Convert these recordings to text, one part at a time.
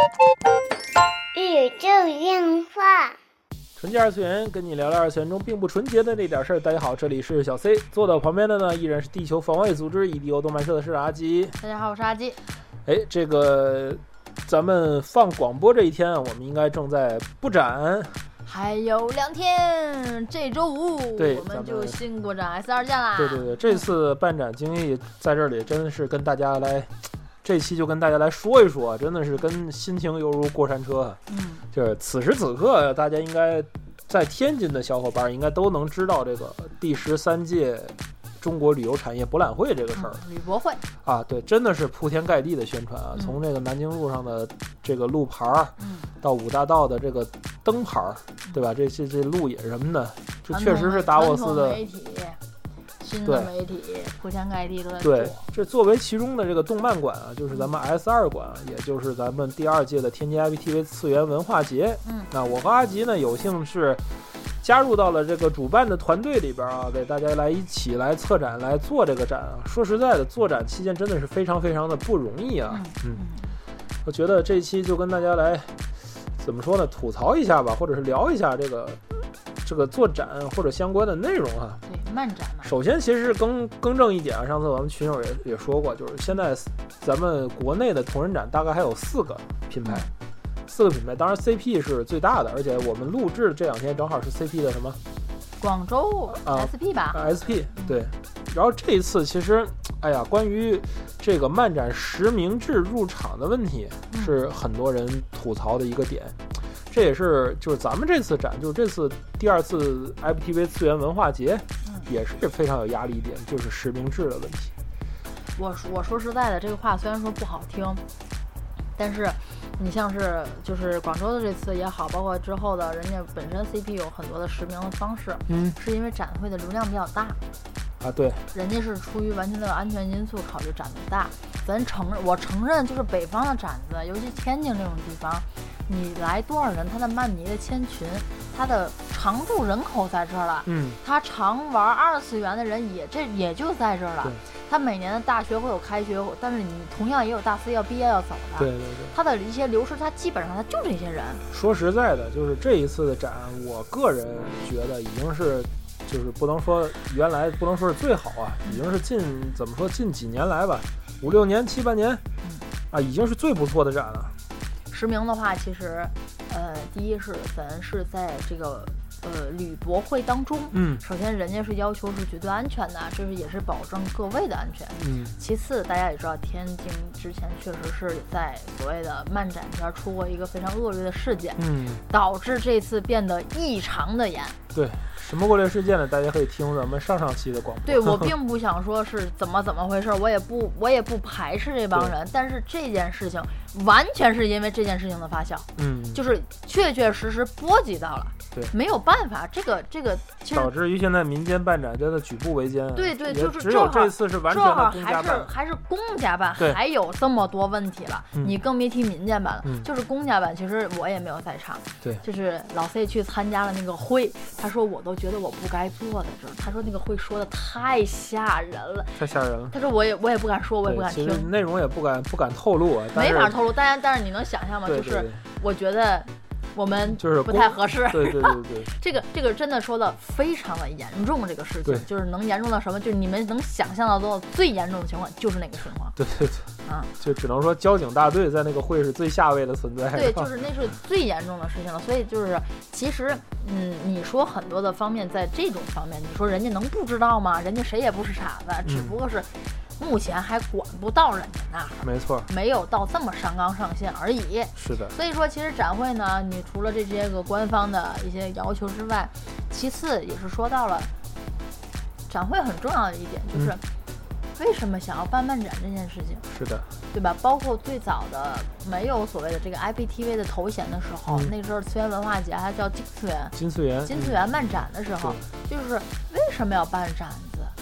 宇宙电话。 纯洁二次元，跟你聊聊二次元中并不纯洁的那点事儿。大家好，这里是小 C， 坐到旁边的呢依然是地球防卫组织EDO 动漫社的是阿基。 大家好，我是阿基。 这个咱们放广播这一天，我们应该正在布展， 还有2天，这周五对我们就新国展 S2 见啦。 对，这次办展经历在这里真的是跟大家来。这期就跟大家来说一说，真的是跟心情犹如过山车。就是此时此刻，大家应该在天津的小伙伴应该都能知道这个第13届中国旅游产业博览会这个事儿。 旅博会啊，对，真的是铺天盖地的宣传啊，从这个南京路上的这个路牌到五大道的这个灯牌，对吧？这路野什么的，这确实是达沃斯的新的媒体铺天盖地都在做。对，这作为其中的这个动漫馆啊，就是咱们 S2 馆，也就是咱们第2届的天津 IPTV 次元文化节。那我和阿吉呢，有幸是加入到了这个主办的团队里边啊，给大家来一起来策展来做这个展啊。说实在的，做展期间真的是非常非常的不容易啊。我觉得这一期就跟大家来怎么说呢，吐槽一下吧，或者是聊一下这个做展或者相关的内容啊。 对，漫展嘛。首先其实是更正一点啊，上次我们群友也说过，就是现在咱们国内的同人展大概还有4个品牌，4个品牌，当然 CP 是最大的，而且我们录制这2天正好是 CP 的什么？ 广州 SP 吧 ？SP 对。然后这一次其实，关于这个漫展实名制入场的问题，是很多人吐槽的一个点。这也是就是咱们这次展，就是这次第2次 IPTV 次元文化节，也是非常有压力一点，就是实名制的问题。 我说实在的，这个话虽然说不好听，但是你像是就是广州的这次也好，包括之后的人家本身 CP 有很多的实名的方式，是因为展会的流量比较大啊，对， 人家是出于完全的安全因素考虑展的大。我承认，就是北方的展子，尤其天津这种地方，你来多少人，他的漫迷的千群，他的常住人口在这儿了，他常玩2次元的人也就在这儿了。他每年的大学会有开学，但是你同样也有大4要毕业要走的。对，他的一些流失，他基本上他就这些人。 说实在的，就是这一次的展，我个人觉得已经是。就是不能说原来不能说是最好啊，已经是近几年来吧，5、6年、7、8年，已经是最不错的展了。 实名的话，其实，第一是咱是在这个旅博会当中，首先人家是要求是绝对安全的，这是也是保证各位的安全。其次大家也知道，天津之前确实是在所谓的漫展这边出过一个非常恶劣的事件，导致这次变得异常的严。 对。什么恶劣事件呢？大家可以听咱们上期的广播。 对，我并不想说是怎么回事，我也不排斥这帮人，但是这件事情完全是因为这件事情的发酵，就是确实波及到了， 对， 没有办法，这个其实导致于现在民间办展真的举步维艰。 对，就是只有这次是完全的公家办， 还是公家办，还有这么多问题了，你更别提民间办了。就是公家办，其实我也没有在场， 对， 就是老 C 去参加了那个会，他说我都觉得我不该坐在这儿，他说那个会说的太吓人了，他说我也不敢说，我也不敢听， 其实内容也不敢透露啊， 没法透露。但是你能想象吗？ 对就是我觉得我们就是不太合适。 对， 这个真的说的非常的严重，这个事情就是能严重到什么？就是你们能想象到最严重的情况就是那个情况。 对，就只能说交警大队在那个会是最下位的存在。 对，就是那是最严重的事情了。所以就是其实你说很多的方面，在这种方面，你说人家能不知道吗？人家谁也不是傻子，只不过是目前还管不到人家那儿， 没错， 没有到这么上纲上线而已。 是的。 所以说其实展会呢，你除了这些个官方的一些要求之外，其次也是说到了展会很重要的一点，就是为什么想要办漫展这件事情。 是的， 对吧？包括最早的没有所谓的这个 IPTV 的头衔的时候，那时候次元文化节还叫金次元漫展的时候，就是为什么要办展子？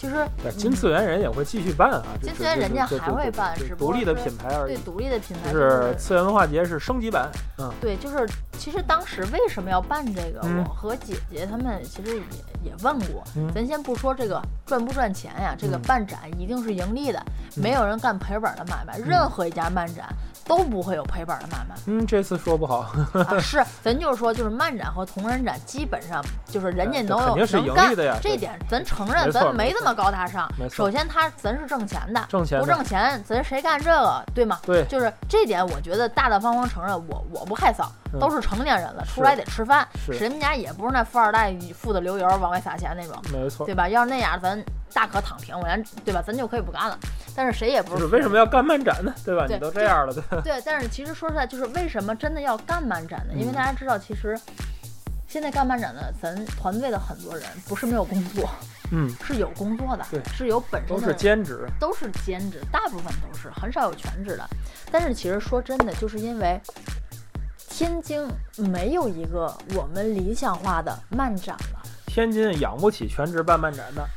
其实金次元人也会继续办啊， 金次元人家还会办，只不过独立的品牌而已。 对，独立的品牌就是次元文化节是升级版。 对，就是其实当时为什么要办这个，我和姐姐他们其实也问过。咱先不说这个赚不赚钱呀，这个办展一定是盈利的，没有人干赔本的买卖，任何一家漫展都不会有赔本的买卖。 这次说不好是，咱就说就是漫展和同人展基本上就是人家能肯定是盈利的呀， 这点咱承认，咱没这么高大上。首先咱是挣钱的，不挣钱咱谁干这个，对吗？ 对， 就是这点我觉得大大方方承认，我不害臊，都是成年人了，出来得吃饭，谁们家也不是那富二代富的流油往外撒钱那种， 没错， 对吧？要是那样咱大可躺平，对吧？咱就可以不干了。但是谁也不是为什么要干漫展呢？对吧？你都这样了，对吧？ 对，但是其实说实在，就是为什么真的要干漫展呢？因为大家知道，其实现在干漫展的咱团队的很多人不是没有工作，是有工作的， 对， 是有本身的， 都是兼职， 大部分都是，很少有全职的。但是其实说真的，就是因为天津没有一个我们理想化的漫展了， 天津养不起全职办漫展的，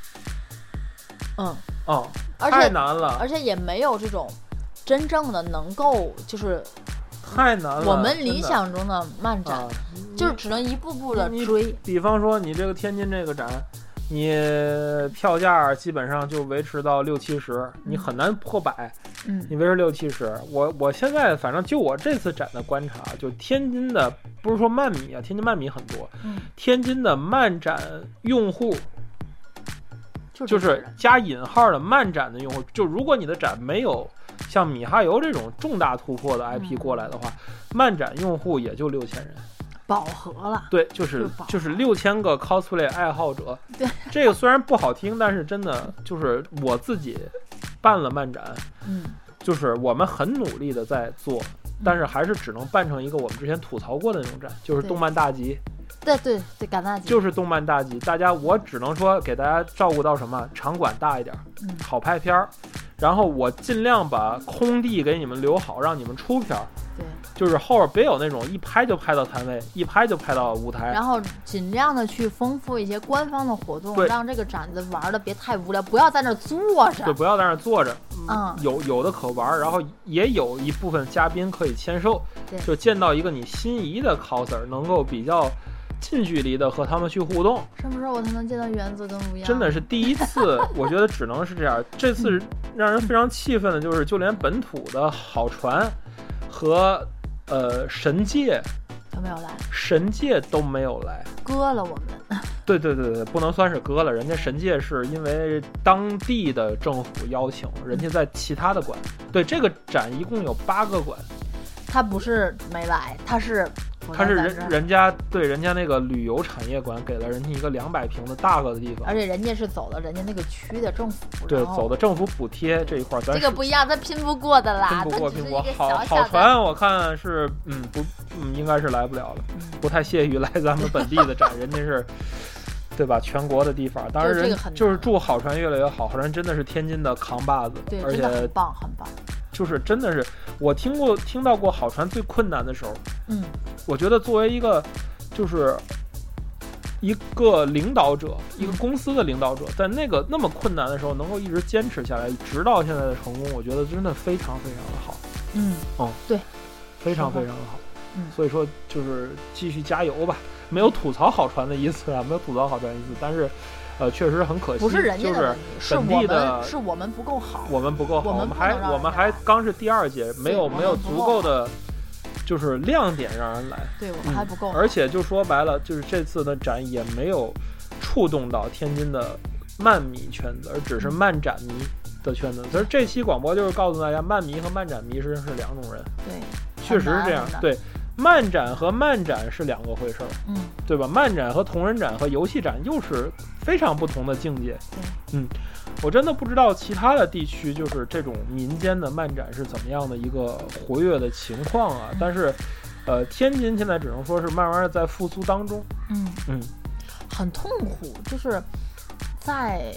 太难了， 而且也没有这种真正的能够就是太难了。 我们理想中的漫展，就是只能一步步的追。 比方说你这个天津这个展，你票价基本上就维持到60-70，你很难破百。你维持60-70，我现在反正就我这次展的观察，就天津的不是说漫迷啊，天津漫迷很多，天津的漫展用户。就是加引号的漫展的用户，就如果你的展没有像米哈游这种重大突破的 IP 过来的话，漫展用户也就6000人， 饱和了。 对，就是6000个 cosplay 爱好者。 对， 这个虽然不好听，但是真的就是我自己办了漫展，就是我们很努力的在做，但是还是只能办成一个我们之前吐槽过的那种展，就是动漫大集。 对，赶大集就是动漫大集，我只能说给大家照顾到什么场馆大一点，好拍片儿，然后我尽量把空地给你们留好，让你们出片儿。 对， 就是后边别有那种一拍就拍到摊位，一拍就拍到舞台， 然后尽量的去丰富一些官方的活动，让这个展子玩的别太无聊，不要在那坐着。 对，不要在那坐着。有的可玩，然后也有一部分嘉宾可以签售，就见到一个你心仪的 coser， 能够比较近距离的和他们去互动。 什么时候我才能见到原子跟乌鸦？ 真的是第一次，我觉得只能是这样。这次让人非常气愤的就是，就连本土的好传和神界都没有来， 神界都没有来， 割了我们。 对，不能算是割了，人家神界是因为当地的政府邀请，人家在其他的馆。对，这个展一共有8个馆， 他不是没来，他是人家那个旅游产业馆给了人家一个200平的大个的地方， 而且人家是走了人家那个区的政府， 对，走的政府补贴这一块， 这个不一样，咱拼不过的啦， 拼不过。好传我看是应该是来不了了，不太屑于来咱们本地的展，人家是。对吧？全国的地方，当然人就是祝好传越来越好，好传真的是天津的扛把子， 对， 而且很棒， 就是真的是我听到过好传最困难的时候，我觉得作为一个就是一个领导者，一个公司的领导者，在那么困难的时候能够一直坚持下来，直到现在的成功，我觉得真的非常非常的好。 对， 非常非常的好。所以说就是继续加油吧。没有吐槽好传的意思啊，没有吐槽好传的意思，但是，确实很可惜， 不是人家的问题， 就是本地的， 是我们不够好， 我们不够好，我们还刚是第2届，没有足够的就是亮点让人来， 对我们还不够， 而且就说白了，就是这次的展也没有触动到天津的漫迷圈子，而只是漫展迷的圈子。所以这期广播就是告诉大家，漫迷和漫展迷实际上是2种人， 对， 确实是这样，对。漫展和漫展是2个回事儿，对吧？漫展和同人展和游戏展又是非常不同的境界。我真的不知道其他的地区就是这种民间的漫展是怎么样的一个活跃的情况啊。但是，天津现在只能说是慢慢的在复苏当中。 很痛苦，就是在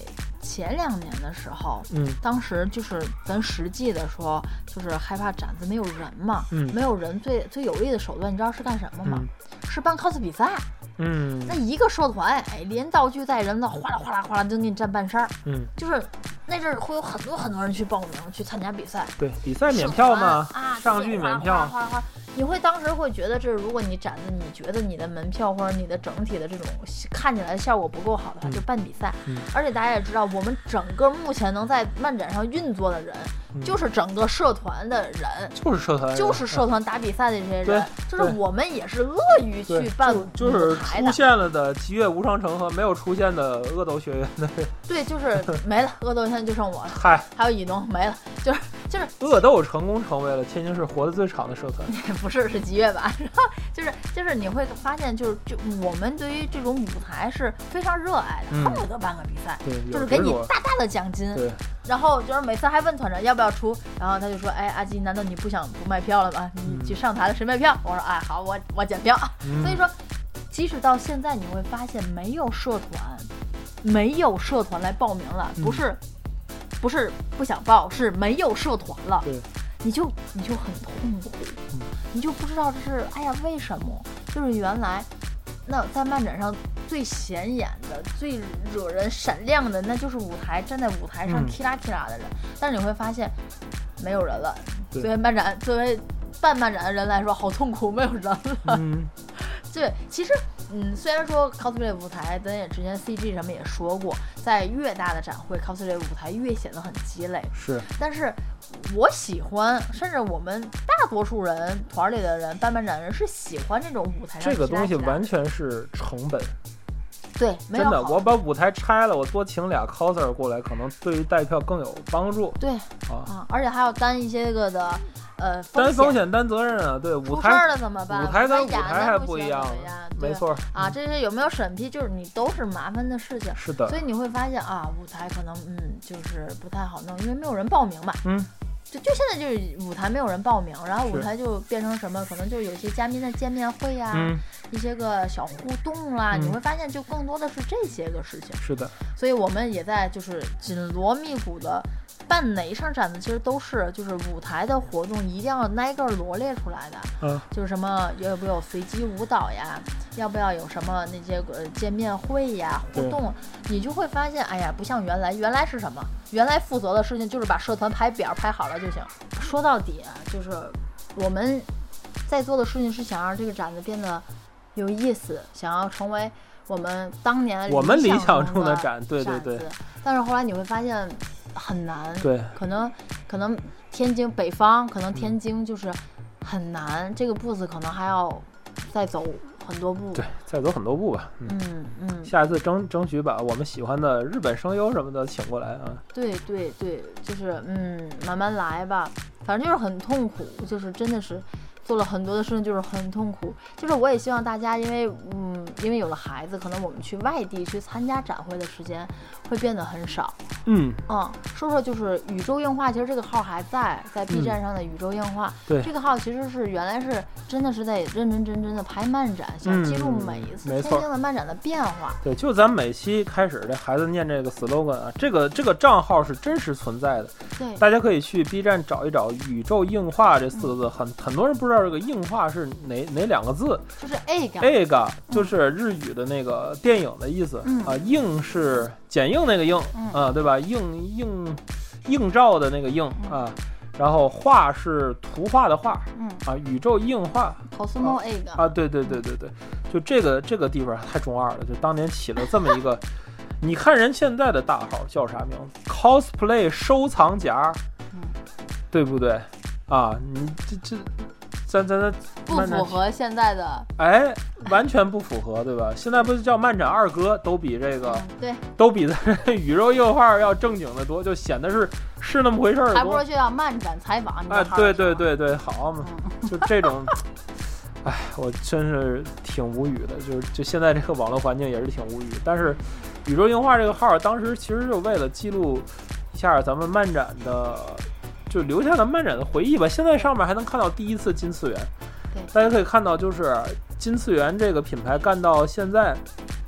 前2年的时候， 当时就是咱实际的说，就是害怕展子没有人嘛，没有人最有力的手段，你知道是干什么吗？是办 cos 比赛。那一个社团，连道具带人的，哗啦哗啦哗啦就给你占半身儿。就是那阵儿会有很多人去报名去参加比赛。对， 比赛免票嘛，上剧免票。 哗啦哗啦，你会当时会觉得，这如果你展子你觉得你的门票或者你的整体的这种看起来的效果不够好的话，就办比赛。而且大家也知道，我们整个目前能在漫展上运作的人，就是整个社团的人，就是社团打比赛的这些人，就是我们也是乐于去办舞台的， 就是出现了的极乐无双城和没有出现的恶斗学院的， 对，就是没了，恶斗现在就剩我了，还有以农没了，就是恶斗成功成为了天津市活得最长的社团， 不是极乐吧？然后就是你会发现，就我们对于这种舞台是非常热爱的，恨不得办个比赛，就是给你大大的奖金，然后就是每次还问团长要不要出，然后他就说，阿基，难道你不卖票了吗？你去上台了，谁卖票？我说，好，我检票。所以说，即使到现在，你会发现没有社团来报名了，不是不想报，是没有社团了。 对， 你就很痛苦，你就不知道这是为什么？就是原来那在漫展上最显眼的、最惹人闪亮的，那就是舞台，站在舞台上踢啦踢啦的人。但是你会发现没有人了。作为办漫展的人来说，好痛苦，没有人了。对，其实虽然说 cosplay 舞台，咱也之前 CG 什么也说过，在越大的展会 cosplay 舞台越显得很鸡肋。是，但是我喜欢，甚至我们大多数人团里的人办漫展人是喜欢这种舞台上这个东西完全是成本。 对， 真的，我把舞台拆了，我多请2 coser 过来，可能对于带票更有帮助。 对而且还要担一些个的担风险担责任啊。对，舞台了怎么办？ 舞台跟舞台还不一样，没错这些有没有审批，就是你都是麻烦的事情。 是的， 所以你会发现舞台可能就是不太好弄，因为没有人报名嘛。就现在就是舞台没有人报名，然后舞台就变成什么，可能就有些嘉宾的见面会呀，一些个小互动啦，你会发现就更多的是这些个事情。 是的， 所以我们也在就是紧锣密鼓的办哪一场展子，其实都是就是舞台的活动一定要挨个罗列出来的。就是什么要不要随机舞蹈呀，要不要有什么那些见面会呀互动，你就会发现不像原来是什么，原来负责的事情就是把社团排表排好了就行。说到底就是我们在做的事情是想让这个展子变得有意思，想要成为我们当年我们理想中的展。 对。 但是后来你会发现很难。 对， 可能天津北方，可能天津就是很难，这个步子可能还要再走很多步。 对，再走很多步吧。下一次争取把我们喜欢的日本声优什么的请过来啊。对， 就是慢慢来吧，反正就是很痛苦，就是真的是做了很多的事情，就是很痛苦。就是我也希望大家，因为有了孩子，可能我们去外地去参加展会的时间会变得很少。说就是宇宙硬化，其实这个号还在 B 站上的宇宙硬化。对，这个号其实是原来是真的是在认真的拍漫展，想记录每一次天津的漫展的变化。 对，就咱每期开始这孩子念这个 slogan 啊，这个账号是真实存在的。 对， 大家可以去 B 站找一找宇宙硬化这4个字，很多人不知道这个硬化是哪2个字， 就是 egg 就是日语的那个电影的意思。硬是剪映那个硬对吧？映照的那个映啊，然后画是图画的画宇宙硬化 Cosmo egg 对，就这个地方太中二了，就当年起了这么一个你看人现在的大号叫啥名字 cosplay 收藏夹对不对你这咱不符合现在的完全不符合，对吧？现在不是叫漫展2哥都比这个对， 都比咱宇宙硬化要正经的多，就显得是那么回事儿。 还不如就叫漫展采访对，好嘛，就这种我真是挺无语的，就现在这个网络环境也是挺无语。但是宇宙硬化这个号当时其实就为了记录一下咱们漫展的就留下了漫展的回忆吧。现在上面还能看到第一次金次元，大家可以看到就是金次元这个品牌干到现在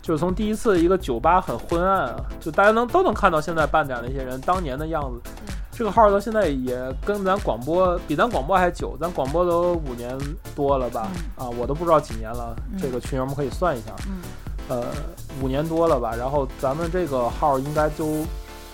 就是从第一次一个酒吧很昏暗啊，就大家都能看到现在办展的一些人当年的样子。这个号到现在也跟咱广播比咱广播还久，咱广播都5年多了吧？啊，我都不知道几年了，这个群友们可以算一下。5年多了吧？然后咱们这个号应该就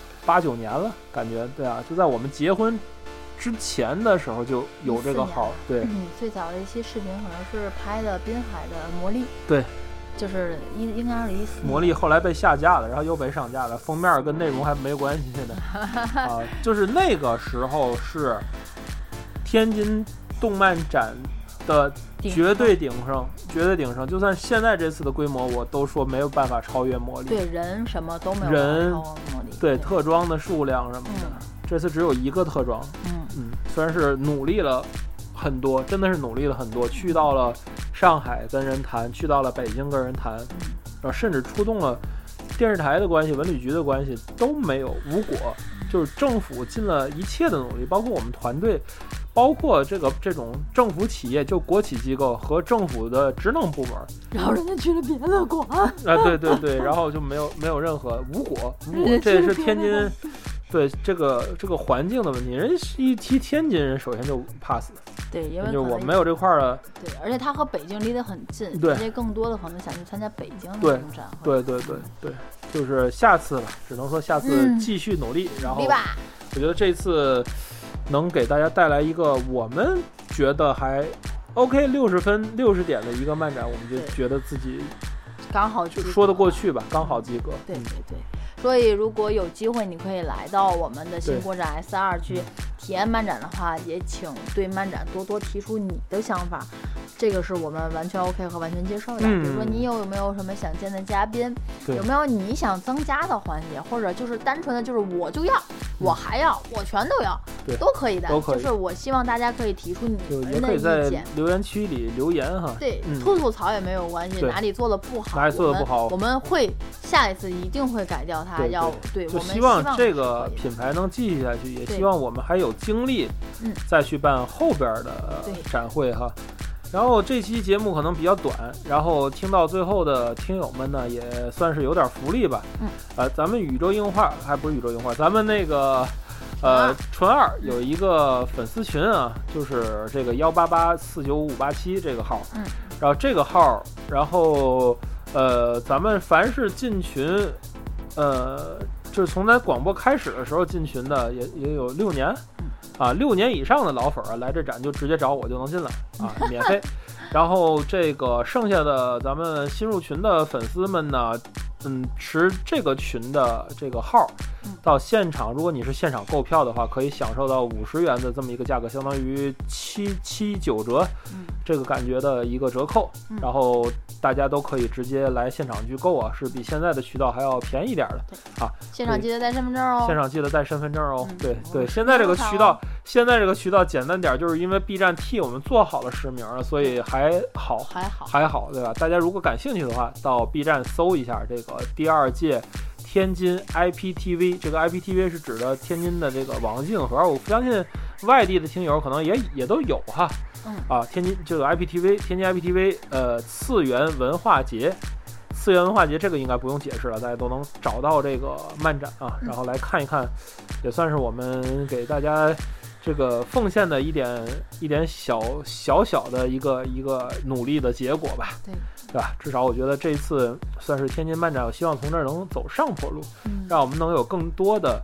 8、9年了，感觉对啊，就在我们结婚之前的时候就有这个号。对， 最早的一期视频可能是拍的滨海的魔力。 对。 就是应该是14年。 魔力后来被下架了，然后又被上架了，封面跟内容还没关系。现在啊，就是那个时候是天津动漫展的绝对鼎盛，绝对鼎盛。就算现在这次的规模，我都说没有办法超越魔力。 对，人什么都没有人超过魔力。 对，特装的数量什么的，这次只有1个特装。虽然是努力了很多，真的是努力了很多，去到了上海跟人谈，去到了北京跟人谈，然后甚至触动了电视台的关系、文旅局的关系，都没有无果。就是政府尽了一切的努力，包括我们团队，包括这种政府企业，就国企机构和政府的职能部门， 然后人家去了别的馆啊，对，然后就没有任何无果，这也是天津。对这个环境的问题，人一提天津人首先就怕死。 对，因为就是我没有这块的。 对，而且它和北京离得很近， 对， 人家更多的可能想去参加北京的这种展会。 对，就是下次了，只能说下次继续努力。然后我觉得这次能给大家带来一个我们觉得还 OK 60分60点的一个漫展，我们就觉得自己刚好就说得过去吧，刚好及格。 对。所以如果有机会你可以来到我们的新国展 S2 去体验漫展的话，也请对漫展多多提出你的想法，这个是我们完全 OK 和完全接受的。比如说你有没有什么想见的嘉宾，有没有你想增加的环节，或者就是单纯的就是我就要，我还要，我全都要，都可以的。就是我希望大家可以提出你们的意见， 也可以在留言区里留言哈。 对，吐槽也没有关系，哪里做的不好，我们会下一次一定会改掉它。对， 就希望这个品牌能继续下去，也希望我们还有精力再去办后边的展会哈。然后这期节目可能比较短，然后听到最后的听友们呢，也算是有点福利吧。咱们宇宙硬化还不是宇宙硬化，咱们那个纯二有一个粉丝群啊，就是这个188495587这个号。然后这个号，然后咱们凡是进群。就是从咱广播开始的时候进群的也有6年啊，6年以上的老粉来这展就直接找我就能进来啊，免费。然后这个剩下的咱们新入群的粉丝们呢，持这个群的这个号到现场，如果你是现场购票的话，可以享受到50元的这么一个价格，相当于779折这个感觉的一个折扣。然后大家都可以直接来现场去购啊，是比现在的渠道还要便宜点的啊。 现场记得带身份证哦。 现场记得带身份证哦。对，现在这个渠道简单点，就是因为 B 站替我们做好了实名，所以还好，对吧？大家如果感兴趣的话，到 B 站搜一下这个第2届天津 IPTV， 这个 IPTV 是指的天津的这个网络机顶盒，我相信外地的听友可能也都有哈。天津这个 IPTV， 天津 IPTV， 次元文化节这个应该不用解释了，大家都能找到这个漫展啊，然后来看一看，也算是我们给大家这个奉献的一点小的一个努力的结果吧，对吧？至少我觉得这次算是天津漫展，我希望从这儿能走上坡路，让我们能有更多的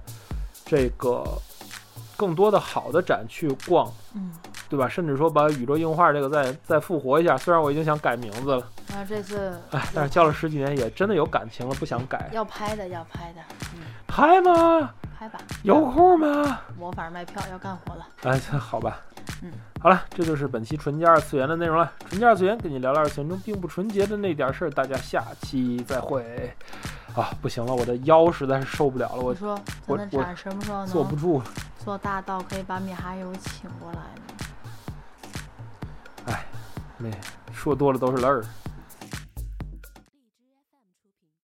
好的展去逛，对吧？甚至说把宇宙硬化这个再复活一下，虽然我已经想改名字了， 这次但是教了10几年也真的有感情了，不想改。 要拍的， 拍吗？ 拍吧， 有空吗？ 我反正卖票要干活了。 好吧。好了，这就是本期纯洁二次元的内容了。纯洁二次元跟你聊聊二次元中并不纯洁的那点事儿，大家下期再会。不行了，我的腰实在是受不了了。 你说咱的展什么时候能坐不住了？ 做大到可以把米哈游请过来吗？ 说多了都是泪儿。